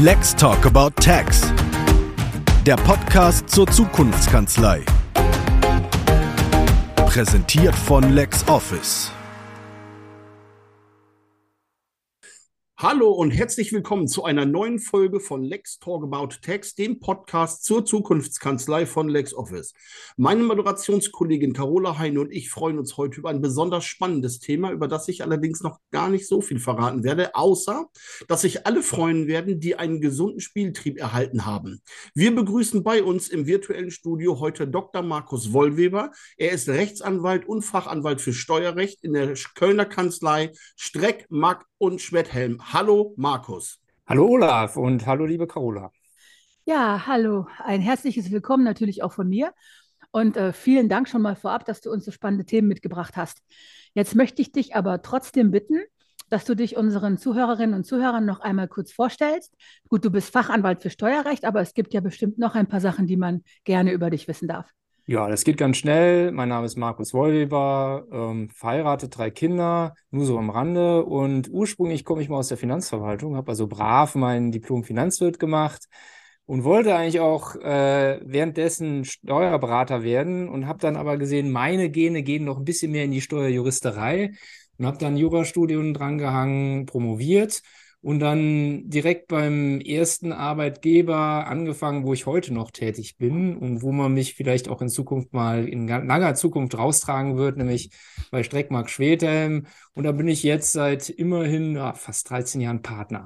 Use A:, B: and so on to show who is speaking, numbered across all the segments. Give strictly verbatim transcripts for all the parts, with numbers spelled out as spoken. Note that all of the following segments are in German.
A: Let's Talk About Tax. Der Podcast zur Zukunftskanzlei. Präsentiert von LexOffice.
B: Hallo und herzlich willkommen zu einer neuen Folge von Let's Talk About Tax, dem Podcast zur Zukunftskanzlei von LexOffice. Meine Moderationskollegin Carola Heine und ich freuen uns heute über ein besonders spannendes Thema, über das ich allerdings noch gar nicht so viel verraten werde, außer, dass sich alle freuen werden, die einen gesunden Spieltrieb erhalten haben. Wir begrüßen bei uns im virtuellen Studio heute Doktor Markus Wollweber. Er ist Rechtsanwalt und Fachanwalt für Steuerrecht in der Kölner Kanzlei Streck, Mack und Schwedhelm. Hallo Markus.
C: Hallo Olaf und hallo liebe Carola.
D: Ja, hallo. Ein herzliches Willkommen natürlich auch von mir und äh, vielen Dank schon mal vorab, dass du uns so spannende Themen mitgebracht hast. Jetzt möchte ich dich aber trotzdem bitten, dass du dich unseren Zuhörerinnen und Zuhörern noch einmal kurz vorstellst. Gut, du bist Fachanwalt für Steuerrecht, aber es gibt ja bestimmt noch ein paar Sachen, die man gerne über dich wissen darf.
C: Ja, das geht ganz schnell. Mein Name ist Markus Wollweber, ähm, verheiratet, drei Kinder, nur so am Rande. Und ursprünglich komme ich mal aus der Finanzverwaltung, habe also brav mein Diplom Finanzwirt gemacht und wollte eigentlich auch äh, währenddessen Steuerberater werden und habe dann aber gesehen, meine Gene gehen noch ein bisschen mehr in die Steuerjuristerei und habe dann Jurastudium drangehangen, promoviert. Und dann direkt beim ersten Arbeitgeber angefangen, wo ich heute noch tätig bin und wo man mich vielleicht auch in Zukunft mal in langer Zukunft raustragen wird, nämlich bei Streck, Mack, Schwedhelm. Und da bin ich jetzt seit immerhin ja, fast dreizehn Jahren Partner.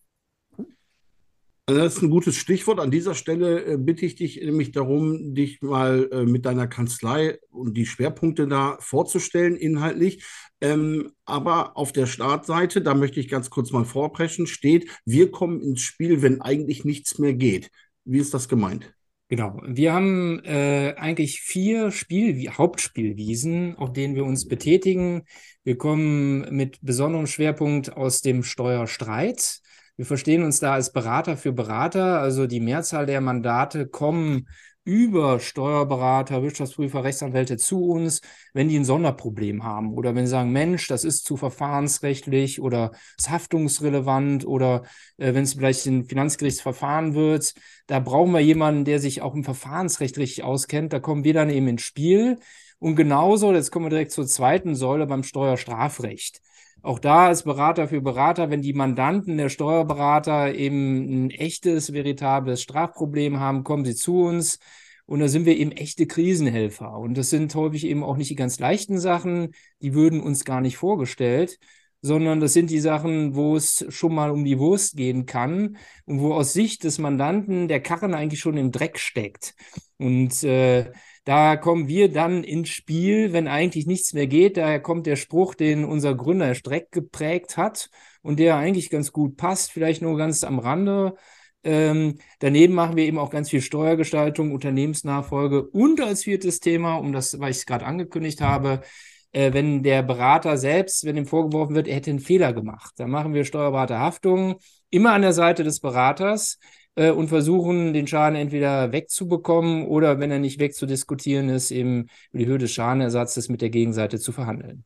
B: Das ist ein gutes Stichwort. An dieser Stelle äh, bitte ich dich nämlich darum, dich mal äh, mit deiner Kanzlei und die Schwerpunkte da vorzustellen, inhaltlich. Ähm, aber auf der Startseite, da möchte ich ganz kurz mal vorpreschen, steht, wir kommen ins Spiel, wenn eigentlich nichts mehr geht. Wie ist das gemeint?
C: Genau. Wir haben äh, eigentlich vier Spiel Hauptspielwiesen, auf denen wir uns betätigen. Wir kommen mit besonderem Schwerpunkt aus dem Steuerstreit. Wir verstehen uns da als Berater für Berater, also die Mehrzahl der Mandate kommen über Steuerberater, Wirtschaftsprüfer, Rechtsanwälte zu uns, wenn die ein Sonderproblem haben oder wenn sie sagen, Mensch, das ist zu verfahrensrechtlich oder ist haftungsrelevant oder äh, wenn es vielleicht ein Finanzgerichtsverfahren wird, da brauchen wir jemanden, der sich auch im Verfahrensrecht richtig auskennt, da kommen wir dann eben ins Spiel. Und genauso, jetzt kommen wir direkt zur zweiten Säule beim Steuerstrafrecht. Auch da als Berater für Berater, wenn die Mandanten, der Steuerberater eben ein echtes, veritables Strafproblem haben, kommen sie zu uns und da sind wir eben echte Krisenhelfer. Und das sind häufig eben auch nicht die ganz leichten Sachen, die würden uns gar nicht vorgestellt, sondern das sind die Sachen, wo es schon mal um die Wurst gehen kann und wo aus Sicht des Mandanten der Karren eigentlich schon im Dreck steckt. Und äh, da kommen wir dann ins Spiel, wenn eigentlich nichts mehr geht. Daher kommt der Spruch, den unser Gründer Streck geprägt hat und der eigentlich ganz gut passt, vielleicht nur ganz am Rande. Ähm, daneben machen wir eben auch ganz viel Steuergestaltung, Unternehmensnachfolge und als viertes Thema, um das, weil ich es gerade angekündigt habe, äh, wenn der Berater selbst, wenn ihm vorgeworfen wird, er hätte einen Fehler gemacht. Dann machen wir Steuerberaterhaftung immer an der Seite des Beraters und versuchen, den Schaden entweder wegzubekommen oder, wenn er nicht wegzudiskutieren ist, eben über die Höhe des Schadenersatzes mit der Gegenseite zu verhandeln.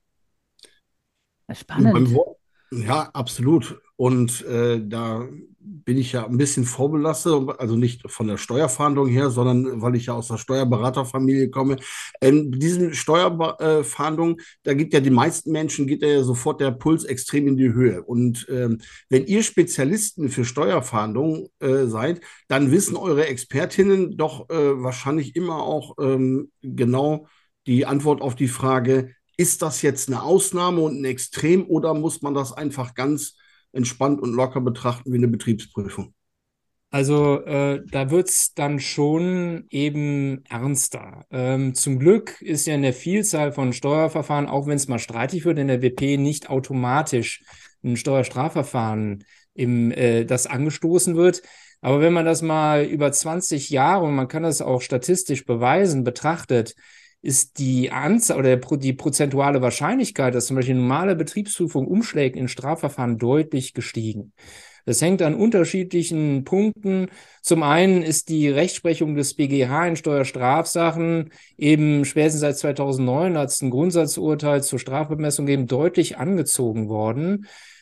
D: Spannend.
B: Ja, absolut. Und äh, da bin ich ja ein bisschen vorbelastet, also nicht von der Steuerfahndung her, sondern weil ich ja aus der Steuerberaterfamilie komme. Ähm, diesen Steuerfahndung, da geht ja die meisten Menschen, geht ja sofort der Puls extrem in die Höhe. Und ähm, wenn ihr Spezialisten für Steuerfahndung äh, seid, dann wissen eure Expertinnen doch äh, wahrscheinlich immer auch ähm, genau die Antwort auf die Frage, ist das jetzt eine Ausnahme und ein Extrem oder muss man das einfach ganz entspannt und locker betrachten wie eine Betriebsprüfung?
C: Also äh, da wird's dann schon eben ernster. Ähm, zum Glück ist ja in der Vielzahl von Steuerverfahren, auch wenn es mal streitig wird, in der W P nicht automatisch ein Steuerstrafverfahren, im, äh, das angestoßen wird. Aber wenn man das mal über zwanzig Jahre, und man kann das auch statistisch beweisen, betrachtet, ist die Anzahl oder die prozentuale Wahrscheinlichkeit, dass zum Beispiel eine normale Betriebsprüfung umschlägt in Strafverfahren, deutlich gestiegen. Das hängt an unterschiedlichen Punkten. Zum einen ist die Rechtsprechung des B G H in Steuerstrafsachen eben spätestens seit zweitausendneun, als es ein Grundsatzurteil zur Strafbemessung gegeben, deutlich angezogen worden.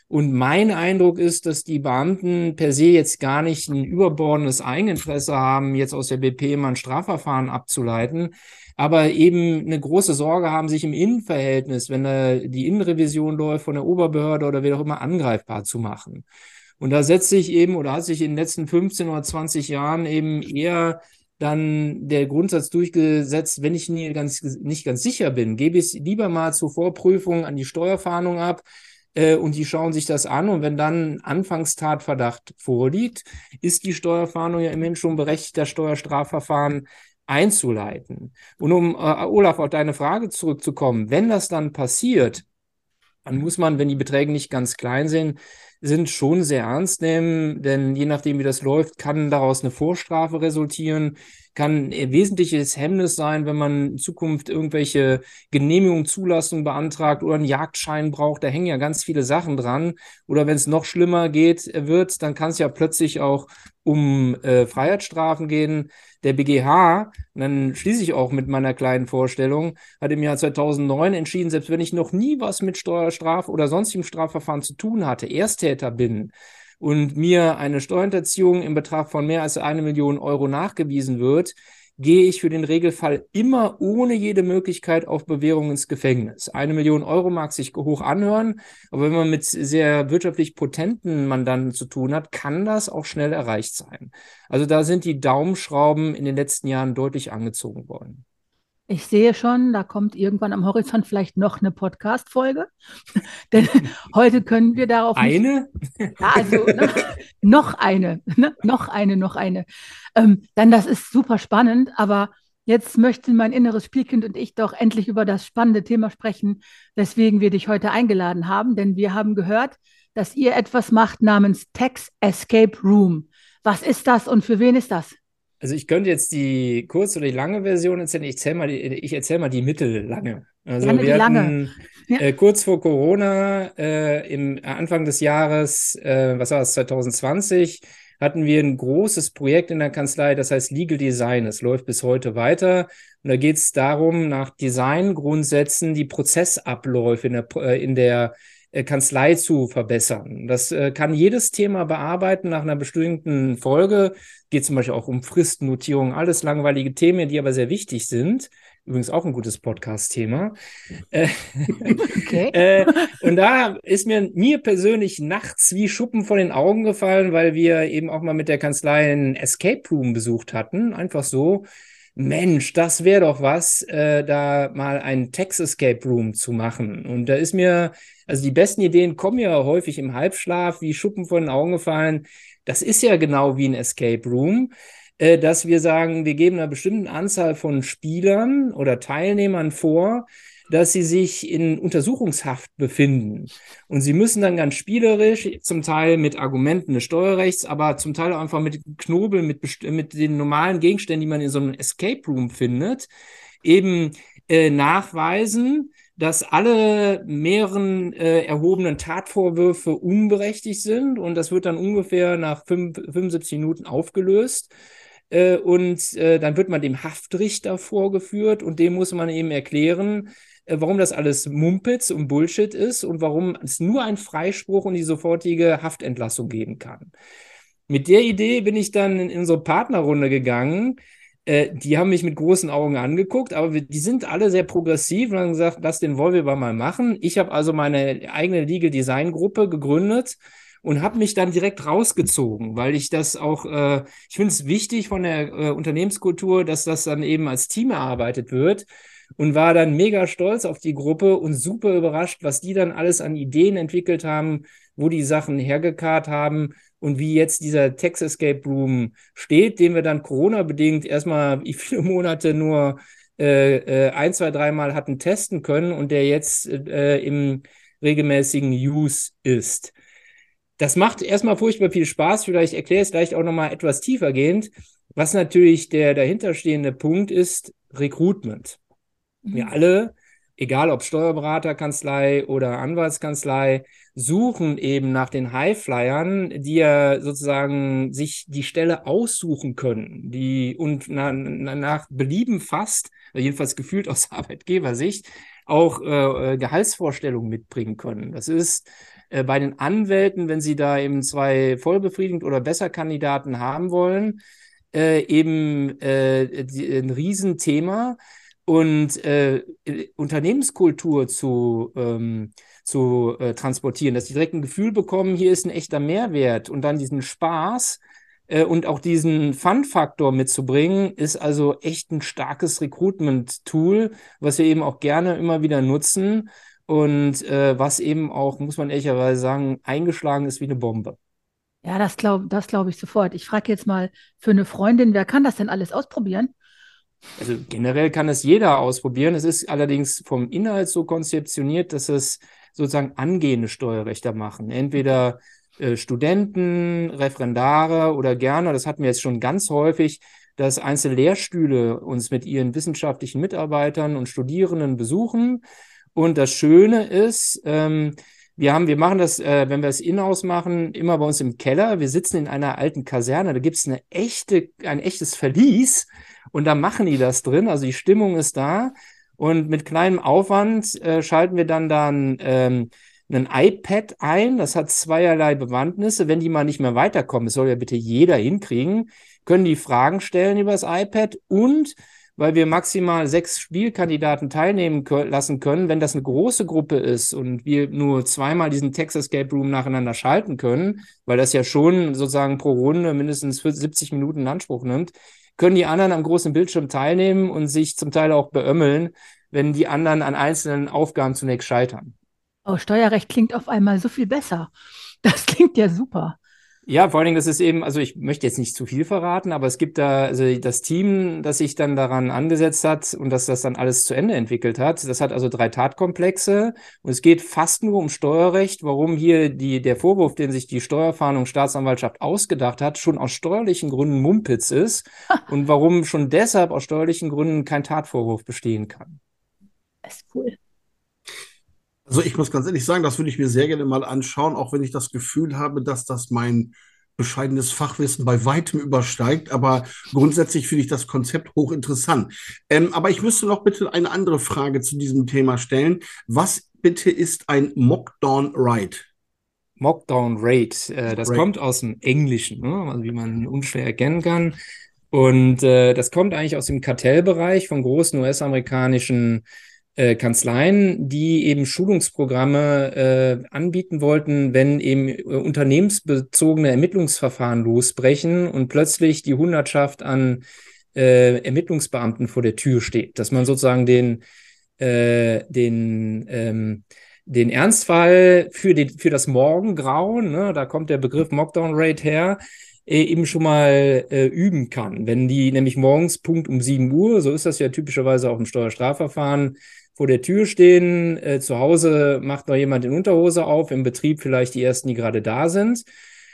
C: Und mein Eindruck ist, dass die Beamten per se jetzt gar nicht ein überbordendes Eigeninteresse haben, jetzt aus der B P mal ein Strafverfahren abzuleiten, aber eben eine große Sorge haben, sich im Innenverhältnis, wenn da die Innenrevision läuft von der Oberbehörde oder wer auch immer, angreifbar zu machen. Und da setzt sich eben oder hat sich in den letzten fünfzehn oder zwanzig Jahren eben eher dann der Grundsatz durchgesetzt, wenn ich nie ganz, nicht ganz sicher bin, gebe ich es lieber mal zur Vorprüfung an die Steuerfahndung ab, äh, und die schauen sich das an. Und wenn dann Anfangstatverdacht vorliegt, ist die Steuerfahndung ja immerhin schon berechtigt, das Steuerstrafverfahren einzuleiten. Und um, äh, Olaf, auf deine Frage zurückzukommen, wenn das dann passiert, dann muss man, wenn die Beträge nicht ganz klein sind, sind schon sehr ernst nehmen, denn je nachdem, wie das läuft, kann daraus eine Vorstrafe resultieren, kann ein wesentliches Hemmnis sein, wenn man in Zukunft irgendwelche Genehmigungen, Zulassungen beantragt oder einen Jagdschein braucht. Da hängen ja ganz viele Sachen dran. Oder wenn es noch schlimmer geht, wird, dann kann es ja plötzlich auch um äh, Freiheitsstrafen gehen. Der B G H, und dann schließe ich auch mit meiner kleinen Vorstellung, hat im Jahr zweitausendneun entschieden, selbst wenn ich noch nie was mit Steuerstraf- oder sonstigem Strafverfahren zu tun hatte, Ersttäter bin und mir eine Steuerhinterziehung im Betrag von mehr als eine Million Euro nachgewiesen wird, gehe ich für den Regelfall immer ohne jede Möglichkeit auf Bewährung ins Gefängnis. Eine Million Euro mag sich hoch anhören, aber wenn man mit sehr wirtschaftlich potenten Mandanten zu tun hat, kann das auch schnell erreicht sein. Also da sind die Daumenschrauben in den letzten Jahren deutlich angezogen worden.
D: Ich sehe schon, da kommt irgendwann am Horizont vielleicht noch eine Podcast-Folge. Denn heute können wir darauf nicht.
C: Eine?
D: Ja, also ne, noch eine, ne, noch eine, noch eine. Ähm, dann das ist super spannend, aber jetzt möchten mein inneres Spielkind und ich doch endlich über das spannende Thema sprechen, weswegen wir dich heute eingeladen haben. Denn wir haben gehört, dass ihr etwas macht namens Tax Escape Room. Was ist das und für wen ist das?
C: Also ich könnte jetzt die kurze oder die lange Version erzählen. Ich erzähle mal die, ich erzähl mal die mittellange. Also
D: Gerne die
C: wir
D: lange.
C: hatten
D: Ja.
C: äh, kurz vor Corona, äh, im Anfang des Jahres, äh, was war das, zwanzig zwanzig, hatten wir ein großes Projekt in der Kanzlei, das heißt Legal Design. Es läuft bis heute weiter. Und da geht es darum, nach Designgrundsätzen die Prozessabläufe in der, äh, in der Kanzlei zu verbessern. Das äh, kann jedes Thema bearbeiten nach einer bestimmten Folge. Geht zum Beispiel auch um Fristennotierung, alles langweilige Themen, die aber sehr wichtig sind. Übrigens auch ein gutes Podcast-Thema. Äh,
D: Okay.
C: äh, und da ist mir, mir persönlich nachts wie Schuppen von den Augen gefallen, weil wir eben auch mal mit der Kanzlei einen Escape Room besucht hatten. Einfach so. Mensch, das wäre doch was, äh, da mal einen Tax Escape Room zu machen. Und da ist mir, also die besten Ideen kommen ja häufig im Halbschlaf, wie Schuppen von den Augen gefallen. Das ist ja genau wie ein Escape Room, äh, dass wir sagen, wir geben einer bestimmten Anzahl von Spielern oder Teilnehmern vor, dass sie sich in Untersuchungshaft befinden. Und sie müssen dann ganz spielerisch, zum Teil mit Argumenten des Steuerrechts, aber zum Teil auch einfach mit Knobel, mit, mit den normalen Gegenständen, die man in so einem Escape Room findet, eben äh, nachweisen, dass alle mehreren äh, erhobenen Tatvorwürfe unberechtigt sind. Und das wird dann ungefähr nach fünfundsiebzig Minuten aufgelöst. Äh, und äh, dann wird man dem Haftrichter vorgeführt und dem muss man eben erklären, warum das alles Mumpitz und Bullshit ist und warum es nur einen Freispruch und die sofortige Haftentlassung geben kann. Mit der Idee bin ich dann in unsere Partnerrunde gegangen. Äh, die haben mich mit großen Augen angeguckt, aber wir, die sind alle sehr progressiv und haben gesagt, das den wollen wir mal machen. Ich habe also meine eigene Legal Design Gruppe gegründet und habe mich dann direkt rausgezogen, weil ich das auch, äh, ich finde es wichtig von der äh, Unternehmenskultur, dass das dann eben als Team erarbeitet wird. Und war dann mega stolz auf die Gruppe und super überrascht, was die dann alles an Ideen entwickelt haben, wo die Sachen hergekarrt haben und wie jetzt dieser Tax Escape Room steht, den wir dann Corona-bedingt erstmal wie viele Monate nur äh, ein, zwei, dreimal hatten testen können und der jetzt äh, im regelmäßigen Use ist. Das macht erstmal furchtbar viel Spaß. Vielleicht erkläre ich es gleich auch nochmal etwas tiefergehend. Was natürlich der dahinterstehende Punkt ist, Recruitment. Wir alle, egal ob Steuerberaterkanzlei oder Anwaltskanzlei, suchen eben nach den Highflyern, die ja sozusagen sich die Stelle aussuchen können, die und na, na, nach Belieben fast, jedenfalls gefühlt aus Arbeitgebersicht, auch äh, Gehaltsvorstellungen mitbringen können. Das ist äh, bei den Anwälten, wenn sie da eben zwei vollbefriedigend oder besser Kandidaten haben wollen, äh, eben äh, die, ein Riesenthema. Und äh, Unternehmenskultur zu, ähm, zu äh, transportieren, dass die direkt ein Gefühl bekommen, hier ist ein echter Mehrwert und dann diesen Spaß äh, und auch diesen Fun-Faktor mitzubringen, ist also echt ein starkes Recruitment-Tool, was wir eben auch gerne immer wieder nutzen und äh, was eben auch, muss man ehrlicherweise sagen, eingeschlagen ist wie eine Bombe.
D: Ja, das glaube das glaub ich sofort. Ich frage jetzt mal für eine Freundin, wer kann das denn alles ausprobieren?
C: Also generell kann es jeder ausprobieren. Es ist allerdings vom Inhalt so konzeptioniert, dass es sozusagen angehende Steuerrechter machen. Entweder äh, Studenten, Referendare oder gerne, das hatten wir jetzt schon ganz häufig, dass einzelne Lehrstühle uns mit ihren wissenschaftlichen Mitarbeitern und Studierenden besuchen. Und das Schöne ist, ähm, wir haben, wir machen das, äh, wenn wir es in-house machen, immer bei uns im Keller. Wir sitzen in einer alten Kaserne, da gibt es eine echte, ein echtes Verlies. Und da machen die das drin, also die Stimmung ist da. Und mit kleinem Aufwand äh, schalten wir dann dann ähm, ein iPad ein. Das hat zweierlei Bewandtnisse. Wenn die mal nicht mehr weiterkommen, das soll ja bitte jeder hinkriegen, können die Fragen stellen über das iPad. Und weil wir maximal sechs Spielkandidaten teilnehmen kö- lassen können, wenn das eine große Gruppe ist und wir nur zweimal diesen Text Escape Room nacheinander schalten können, weil das ja schon sozusagen pro Runde mindestens siebzig Minuten in Anspruch nimmt, können die anderen am großen Bildschirm teilnehmen und sich zum Teil auch beömmeln, wenn die anderen an einzelnen Aufgaben zunächst scheitern.
D: Oh, Steuerrecht klingt auf einmal so viel besser. Das klingt ja super.
C: Ja, vor allen Dingen, das ist eben, also ich möchte jetzt nicht zu viel verraten, aber es gibt da, also das Team, das sich dann daran angesetzt hat und das das dann alles zu Ende entwickelt hat, das hat also drei Tatkomplexe und es geht fast nur um Steuerrecht, warum hier die, der Vorwurf, den sich die Steuerfahndung Staatsanwaltschaft ausgedacht hat, schon aus steuerlichen Gründen Mumpitz ist und warum schon deshalb aus steuerlichen Gründen kein Tatvorwurf bestehen kann.
D: Das ist cool.
B: Also ich muss ganz ehrlich sagen, das würde ich mir sehr gerne mal anschauen, auch wenn ich das Gefühl habe, dass das mein bescheidenes Fachwissen bei weitem übersteigt. Aber grundsätzlich finde ich das Konzept hochinteressant. Ähm, aber ich müsste noch bitte eine andere Frage zu diesem Thema stellen. Was bitte ist ein Mockdown Ride?
C: Mockdown Raid, äh, das
B: Raid.
C: kommt aus dem Englischen, ne? Also wie man unschwer erkennen kann. Und äh, das kommt eigentlich aus dem Kartellbereich von großen U S-amerikanischen äh, Kanzleien, die eben Schulungsprogramme äh, anbieten wollten, wenn eben äh, unternehmensbezogene Ermittlungsverfahren losbrechen und plötzlich die Hundertschaft an äh, Ermittlungsbeamten vor der Tür steht, dass man sozusagen den, äh, den ähm, den Ernstfall für, den, für das Morgengrauen, ne, da kommt der Begriff Mockdown Raid her, äh, eben schon mal äh, üben kann. Wenn die nämlich morgens Punkt um sieben Uhr, so ist das ja typischerweise auch im Steuerstrafverfahren, vor der Tür stehen, äh, zu Hause macht noch jemand in Unterhose auf, im Betrieb vielleicht die Ersten, die gerade da sind.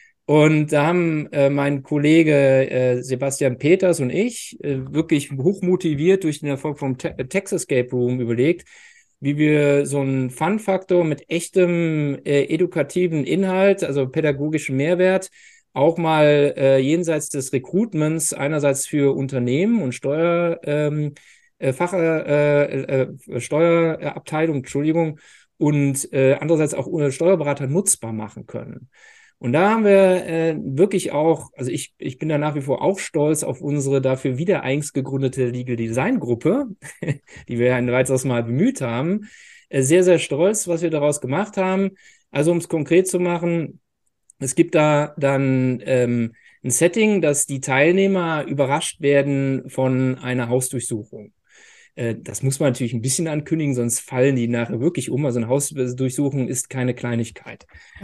C: Und da haben äh, mein Kollege äh, Sebastian Peters und ich äh, wirklich hochmotiviert durch den Erfolg vom Te- Text Escape Room überlegt, wie wir so einen Fun-Faktor mit echtem äh, edukativen Inhalt, also pädagogischem Mehrwert, auch mal äh, jenseits des Recruitments einerseits für Unternehmen und Steuer, ähm, äh, Fach, äh, äh, Steuerabteilung, Entschuldigung, und äh, andererseits auch äh, Steuerberater nutzbar machen können. Und da haben wir äh, wirklich auch, also ich, ich bin da nach wie vor auch stolz auf unsere dafür wieder eigens gegründete Legal Design Gruppe, die wir ein weiteres Mal bemüht haben. Äh, sehr, sehr stolz, was wir daraus gemacht haben. Also um es konkret zu machen, es gibt da dann ähm, ein Setting, dass die Teilnehmer überrascht werden von einer Hausdurchsuchung. Äh, das muss man natürlich ein bisschen ankündigen, sonst fallen die nachher wirklich um. Also eine Hausdurchsuchung ist keine Kleinigkeit.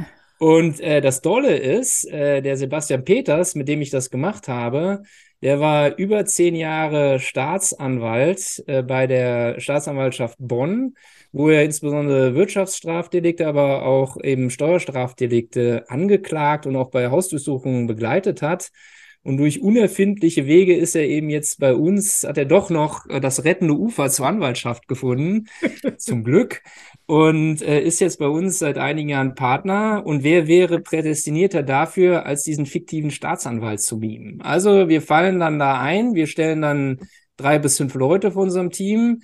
C: Und äh, das Dolle ist, äh, der Sebastian Peters, mit dem ich das gemacht habe, der war über zehn Jahre Staatsanwalt äh, bei der Staatsanwaltschaft Bonn, wo er insbesondere Wirtschaftsstrafdelikte, aber auch eben Steuerstrafdelikte angeklagt und auch bei Hausdurchsuchungen begleitet hat. Und durch unerfindliche Wege ist er eben jetzt bei uns, hat er doch noch äh, das rettende Ufer zur Anwaltschaft gefunden, zum Glück. Und äh, ist jetzt bei uns seit einigen Jahren Partner. Und wer wäre prädestinierter dafür, als diesen fiktiven Staatsanwalt zu mimen? Also wir fallen dann da ein, wir stellen dann drei bis fünf Leute von unserem Team,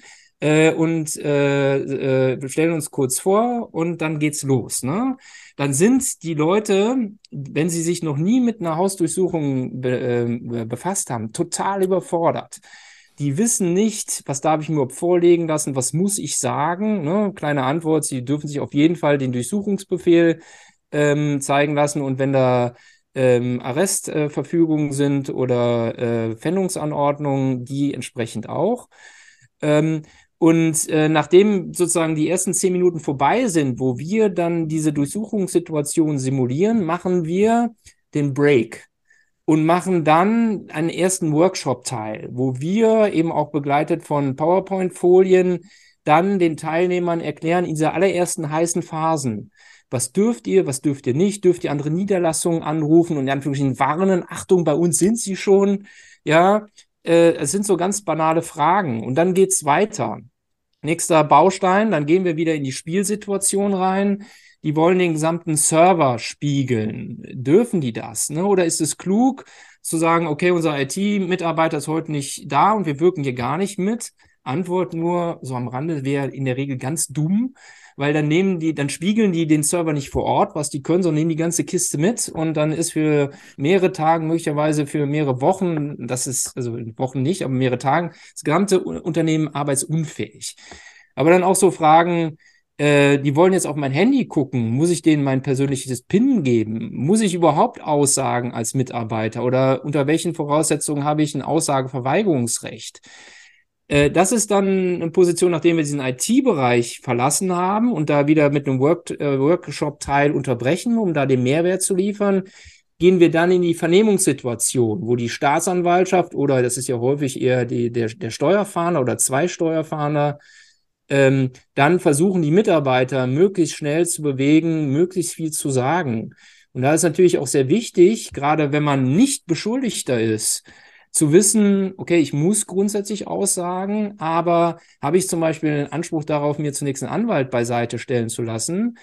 C: äh, und äh, äh, stellen uns kurz vor und dann geht's los, ne? Dann sind die Leute, wenn sie sich noch nie mit einer Hausdurchsuchung be, äh, befasst haben, total überfordert. Die wissen nicht, was darf ich mir überhaupt vorlegen lassen, was muss ich sagen, ne? Kleine Antwort, sie dürfen sich auf jeden Fall den Durchsuchungsbefehl ähm, zeigen lassen und wenn da ähm, Arrestverfügungen äh, sind oder äh, Pfändungsanordnungen, die entsprechend auch. Ähm, und äh, nachdem sozusagen die ersten zehn Minuten vorbei sind, wo wir dann diese Durchsuchungssituation simulieren, machen wir den Break und machen dann einen ersten Workshop-Teil, wo wir eben auch begleitet von PowerPoint-Folien dann den Teilnehmern erklären, in dieser allerersten heißen Phasen, was dürft ihr, was dürft ihr nicht, dürft ihr andere Niederlassungen anrufen und in Anführungsstrichen warnen, Achtung, bei uns sind sie schon, ja, äh, es sind so ganz banale Fragen und dann geht's weiter. Nächster Baustein, dann gehen wir wieder in die Spielsituation rein. Die wollen den gesamten Server spiegeln. Dürfen die das? Ne? Oder ist es klug zu sagen, okay, unser I T-Mitarbeiter ist heute nicht da und wir wirken hier gar nicht mit? Antwort nur, so am Rande, wäre in der Regel ganz dumm, weil dann nehmen die, dann spiegeln die den Server nicht vor Ort, was die können, sondern nehmen die ganze Kiste mit und dann ist für mehrere Tage, möglicherweise für mehrere Wochen, das ist, also Wochen nicht, aber mehrere Tage, das gesamte Unternehmen arbeitsunfähig. Aber dann auch so Fragen, äh, die wollen jetzt auf mein Handy gucken, muss ich denen mein persönliches PIN geben? Muss ich überhaupt aussagen als Mitarbeiter oder unter welchen Voraussetzungen habe ich ein Aussageverweigerungsrecht? Das ist dann eine Position, nachdem wir diesen I T-Bereich verlassen haben und da wieder mit einem Work, äh, Workshop-Teil unterbrechen, um da den Mehrwert zu liefern, gehen wir dann in die Vernehmungssituation, wo die Staatsanwaltschaft oder das ist ja häufig eher die, der, der Steuerfahnder oder zwei Steuerfahnder, ähm, dann versuchen die Mitarbeiter möglichst schnell zu bewegen, möglichst viel zu sagen. Und da ist natürlich auch sehr wichtig, gerade wenn man nicht Beschuldigter ist, zu wissen, okay, ich muss grundsätzlich aussagen, aber habe ich zum Beispiel einen Anspruch darauf, mir zunächst einen Anwalt beiseite stellen zu lassen?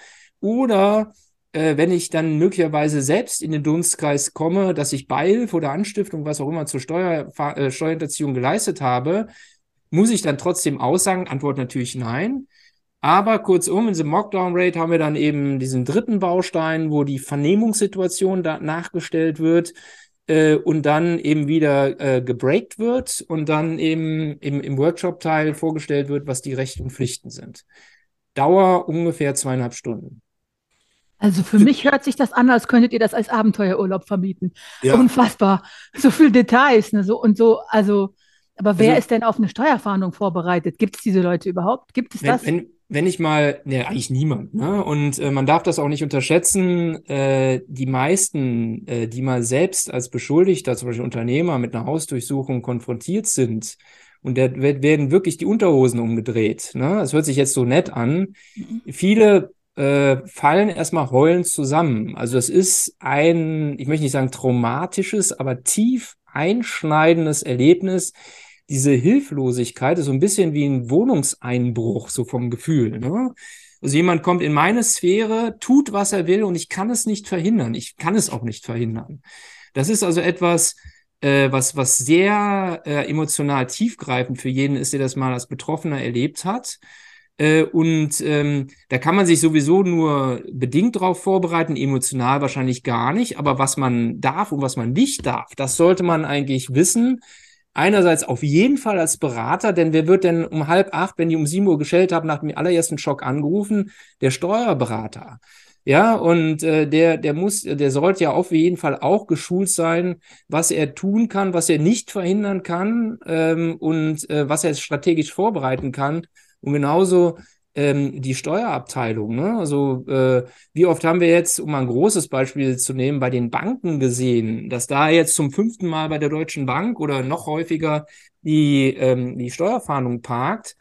C: Oder äh, wenn ich dann möglicherweise selbst in den Dunstkreis komme, dass ich Beihilfe oder Anstiftung, was auch immer zur Steuer, äh, Steuerhinterziehung geleistet habe, muss ich dann trotzdem aussagen? Antwort natürlich nein. Aber kurzum, in diesem Mockdown-Rate haben wir dann eben diesen dritten Baustein, wo die Vernehmungssituation da nachgestellt wird, und dann eben wieder äh, gebreakt wird und dann eben im, im Workshop-Teil vorgestellt wird, was die Rechte und Pflichten sind. Dauer ungefähr zweieinhalb Stunden.
D: Also für mich hört sich das an, als könntet ihr das als Abenteuerurlaub vermieten.
B: Ja.
D: Unfassbar. So viel Details, ne? So und so, also, aber wer
C: Also,
D: ist denn auf eine Steuerfahndung vorbereitet? Gibt es diese Leute überhaupt? Gibt es
C: wenn,
D: das?
C: wenn, wenn ich mal, ne, eigentlich niemand, ne? Und äh, man darf das auch nicht unterschätzen, äh, die meisten, äh, die mal selbst als Beschuldigter, zum Beispiel Unternehmer, mit einer Hausdurchsuchung konfrontiert sind, und da werden wirklich die Unterhosen umgedreht, ne? Das hört sich jetzt so nett an.
D: Mhm.
C: Viele äh, fallen erstmal heulend zusammen. Also es ist ein, ich möchte nicht sagen traumatisches, aber tief einschneidendes Erlebnis. Diese Hilflosigkeit ist so ein bisschen wie ein Wohnungseinbruch, so vom Gefühl, ne? Also jemand kommt in meine Sphäre, tut, was er will und ich kann es nicht verhindern. Ich kann es auch nicht verhindern. Das ist also etwas, äh, was, was sehr äh, emotional tiefgreifend für jeden ist, der das mal als Betroffener erlebt hat. Äh, und ähm, da kann man sich sowieso nur bedingt drauf vorbereiten, emotional wahrscheinlich gar nicht. Aber was man darf und was man nicht darf, das sollte man eigentlich wissen. Einerseits auf jeden Fall als Berater, denn wer wird denn um halb acht, wenn die um sieben Uhr geschellt haben, nach dem allerersten Schock angerufen? Der Steuerberater. Ja, und äh, der, der muss, der sollte ja auf jeden Fall auch geschult sein, was er tun kann, was er nicht verhindern kann ähm, und äh, was er strategisch vorbereiten kann. Und genauso ähm, die Steuerabteilung, ne? Also äh, wie oft haben wir jetzt, um mal ein großes Beispiel zu nehmen, bei den Banken gesehen, dass da jetzt zum fünften Mal bei der Deutschen Bank oder noch häufiger die, ähm, die Steuerfahndung parkt,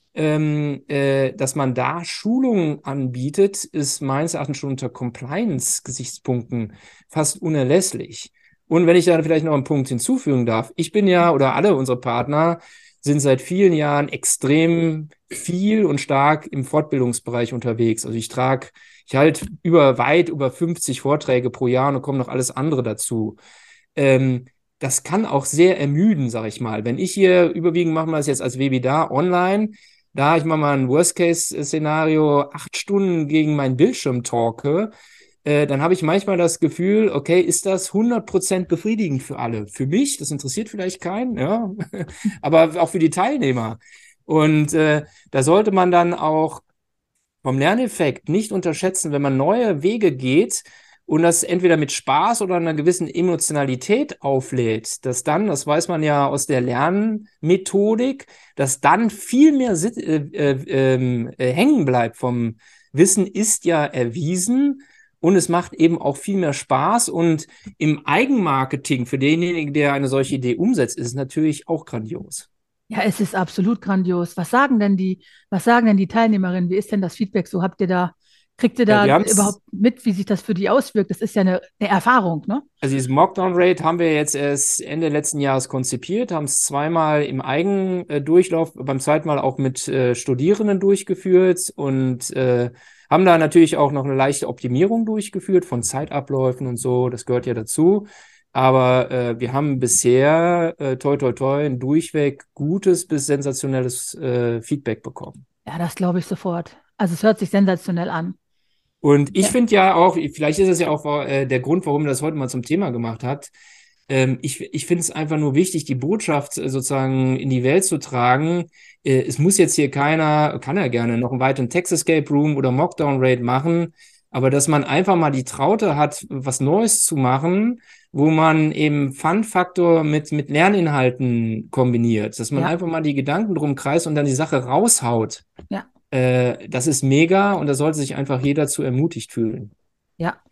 C: ähm, äh, dass man da Schulungen anbietet, ist meines Erachtens schon unter Compliance-Gesichtspunkten fast unerlässlich. Und wenn ich da vielleicht noch einen Punkt hinzufügen darf, ich bin ja, oder alle unsere Partner sind seit vielen Jahren extrem viel und stark im Fortbildungsbereich unterwegs. Also ich trage, ich halte über weit über fünfzig Vorträge pro Jahr und da kommt noch alles andere dazu. Ähm, das kann auch sehr ermüden, sage ich mal. Wenn ich hier überwiegend machen wir das jetzt als Webinar online, da ich mal mal ein Worst-Case-Szenario acht Stunden gegen meinen Bildschirm talke, äh, dann habe ich manchmal das Gefühl, okay, ist das hundert Prozent befriedigend für alle? Für mich, das interessiert vielleicht keinen, ja, aber auch für die Teilnehmer. Und äh, da sollte man dann auch vom Lerneffekt nicht unterschätzen, wenn man neue Wege geht und das entweder mit Spaß oder einer gewissen Emotionalität auflädt, dass dann, das weiß man ja aus der Lernmethodik, dass dann viel mehr sit- äh, äh, ähm, äh, hängen bleibt vom Wissen ist ja erwiesen und es macht eben auch viel mehr Spaß und im Eigenmarketing für denjenigen, der eine solche Idee umsetzt, ist es natürlich auch grandios.
D: Ja, es ist absolut grandios. Was sagen denn die, was sagen denn die Teilnehmerinnen? Wie ist denn das Feedback so? Habt ihr da, kriegt ihr
C: Ja,
D: da
C: wir haben es.
D: überhaupt mit, wie sich das für die auswirkt? Das ist ja eine, eine Erfahrung, ne?
C: Also dieses Mockdown-Rate haben wir jetzt erst Ende letzten Jahres konzipiert, haben es zweimal im Eigendurchlauf, beim zweiten Mal auch mit äh, Studierenden durchgeführt und äh, haben da natürlich auch noch eine leichte Optimierung durchgeführt von Zeitabläufen und so, das gehört ja dazu. Aber äh, wir haben bisher, äh, toi toi toi, ein durchweg gutes bis sensationelles äh, Feedback bekommen.
D: Ja, das glaube ich sofort. Also es hört sich sensationell an.
C: Und ich
D: Ja,
C: finde ja auch, vielleicht ist es ja auch äh, der Grund, warum er das heute mal zum Thema gemacht hat. Ähm, ich ich finde es einfach nur wichtig, die Botschaft äh, sozusagen in die Welt zu tragen. Äh, es muss jetzt hier keiner, kann ja gerne noch einen weiteren Text Escape Room oder Mockdown Raid machen, aber dass man einfach mal die Traute hat, was Neues zu machen, wo man eben Fun-Faktor mit, mit Lerninhalten kombiniert, dass man
D: ja,
C: einfach mal die Gedanken drum kreist und dann die Sache raushaut.
D: ja,
C: Äh, das ist mega und da sollte sich einfach jeder zu ermutigt fühlen.
D: ja.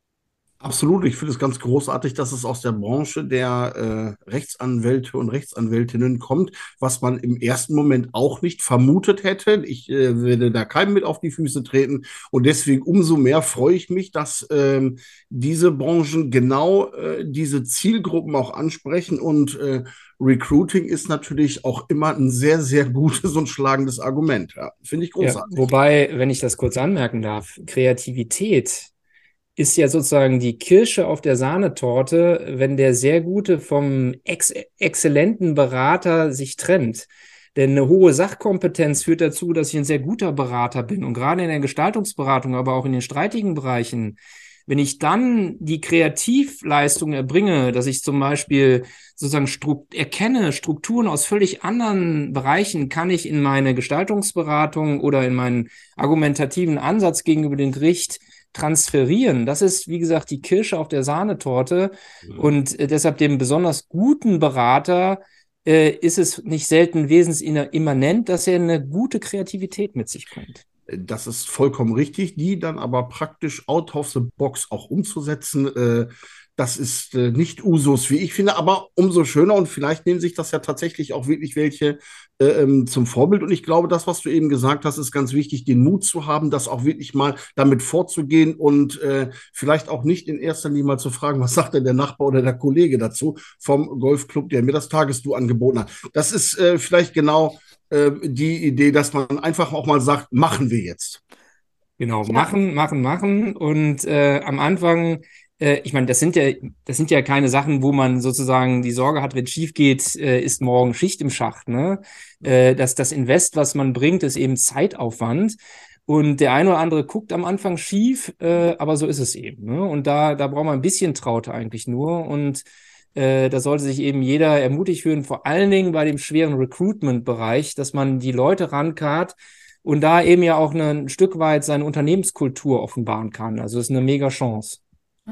B: Absolut, ich finde es ganz großartig, dass es aus der Branche der äh, Rechtsanwälte und Rechtsanwältinnen kommt, was man im ersten Moment auch nicht vermutet hätte. Ich äh, werde da keinem mit auf die Füße treten und deswegen umso mehr freue ich mich, dass ähm, diese Branchen genau äh, diese Zielgruppen auch ansprechen und äh, Recruiting ist natürlich auch immer ein sehr, sehr gutes und schlagendes Argument. Ja, finde ich
C: Ja,
B: großartig.
C: wobei, wenn ich das kurz anmerken darf, Kreativität ist ja sozusagen die Kirsche auf der Sahnetorte, wenn der sehr gute vom ex exzellenten Berater sich trennt. Denn eine hohe Sachkompetenz führt dazu, dass ich ein sehr guter Berater bin. Und gerade in der Gestaltungsberatung, aber auch in den streitigen Bereichen, wenn ich dann die Kreativleistung erbringe, dass ich zum Beispiel sozusagen Strukt erkenne, Strukturen aus völlig anderen Bereichen, kann ich in meine Gestaltungsberatung oder in meinen argumentativen Ansatz gegenüber dem Gericht transferieren. Das ist, wie gesagt, die Kirsche auf der Sahnetorte. Und äh, deshalb dem besonders guten Berater äh, ist es nicht selten wesensimmanent, dass er eine gute Kreativität mit sich bringt.
B: Das ist vollkommen richtig, die dann aber praktisch out of the box auch umzusetzen, äh, das ist äh, nicht Usus, wie ich finde, aber umso schöner und vielleicht nehmen sich das ja tatsächlich auch wirklich welche äh, ähm, zum Vorbild. Und ich glaube, das, was du eben gesagt hast, ist ganz wichtig, den Mut zu haben, das auch wirklich mal damit vorzugehen und äh, vielleicht auch nicht in erster Linie mal zu fragen, was sagt denn der Nachbar oder der Kollege dazu vom Golfclub, der mir das Tagesdu angeboten hat. Das ist äh, vielleicht genau äh, die Idee, dass man einfach auch mal sagt, machen wir jetzt.
C: Genau,
D: Ja,
C: machen, machen, machen. Und äh, am Anfang, äh, ich meine, das sind ja, das sind ja keine Sachen, wo man sozusagen die Sorge hat, wenn es schief geht, äh, ist morgen Schicht im Schacht, ne? Äh, dass das Invest, was man bringt, ist eben Zeitaufwand. Und der eine oder andere guckt am Anfang schief, äh, aber so ist es eben, ne? Und da, da braucht man ein bisschen Traute eigentlich nur. Und äh, da sollte sich eben jeder ermutigt fühlen, vor allen Dingen bei dem schweren Recruitment-Bereich, dass man die Leute rankarrt und da eben ja auch eine, ein Stück weit seine Unternehmenskultur offenbaren kann. Also das ist eine mega Chance.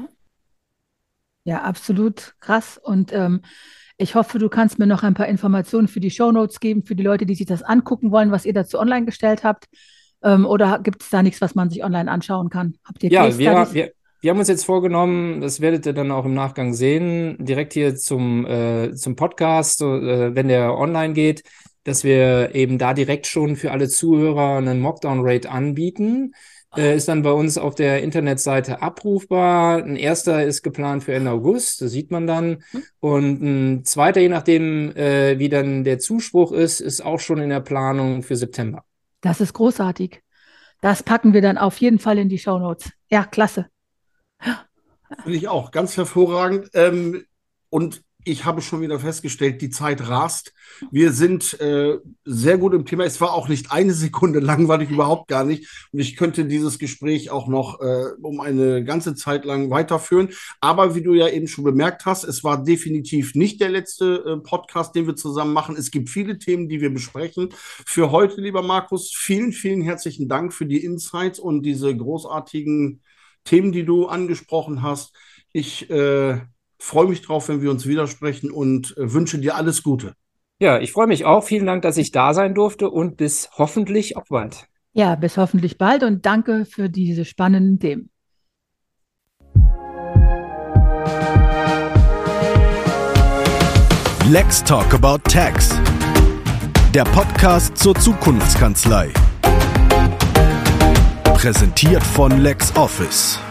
D: ja, absolut krass. Und ähm, ich hoffe, du kannst mir noch ein paar Informationen für die Shownotes geben, für die Leute, die sich das angucken wollen, was ihr dazu online gestellt habt. Ähm, oder gibt es da nichts, was man sich online anschauen kann? Habt ihr Case
C: Ja, wir,
D: Studies?
C: wir, wir haben uns jetzt vorgenommen, das werdet ihr dann auch im Nachgang sehen, direkt hier zum, äh, zum Podcast, so, äh, wenn der online geht, dass wir eben da direkt schon für alle Zuhörer einen Mockdown-Rate anbieten. Äh, ist dann bei uns auf der Internetseite abrufbar. Ein erster ist geplant für Ende August, das sieht man dann. Und ein zweiter, je nachdem, äh, wie dann der Zuspruch ist, ist auch schon in der Planung für September.
D: Das ist großartig. Das packen wir dann auf jeden Fall in die Shownotes. Ja, klasse.
B: Finde ich auch ganz hervorragend. Ähm, und ich habe schon wieder festgestellt, die Zeit rast. Wir sind äh, sehr gut im Thema. Es war auch nicht eine Sekunde langweilig, überhaupt gar nicht. Und ich könnte dieses Gespräch auch noch äh, um eine ganze Zeit lang weiterführen. Aber wie du ja eben schon bemerkt hast, es war definitiv nicht der letzte äh, Podcast, den wir zusammen machen. Es gibt viele Themen, die wir besprechen. Für heute, lieber Markus, vielen, vielen herzlichen Dank für die Insights und diese großartigen Themen, die du angesprochen hast. Ich äh, freue mich drauf, wenn wir uns widersprechen und äh, wünsche dir alles Gute.
C: Ja, ich freue mich auch. Vielen Dank, dass ich da sein durfte und bis hoffentlich auch bald.
D: Ja, bis hoffentlich bald und danke für diese spannenden Themen.
A: Let's Talk About Tax. Der Podcast zur Zukunftskanzlei. Präsentiert von LexOffice.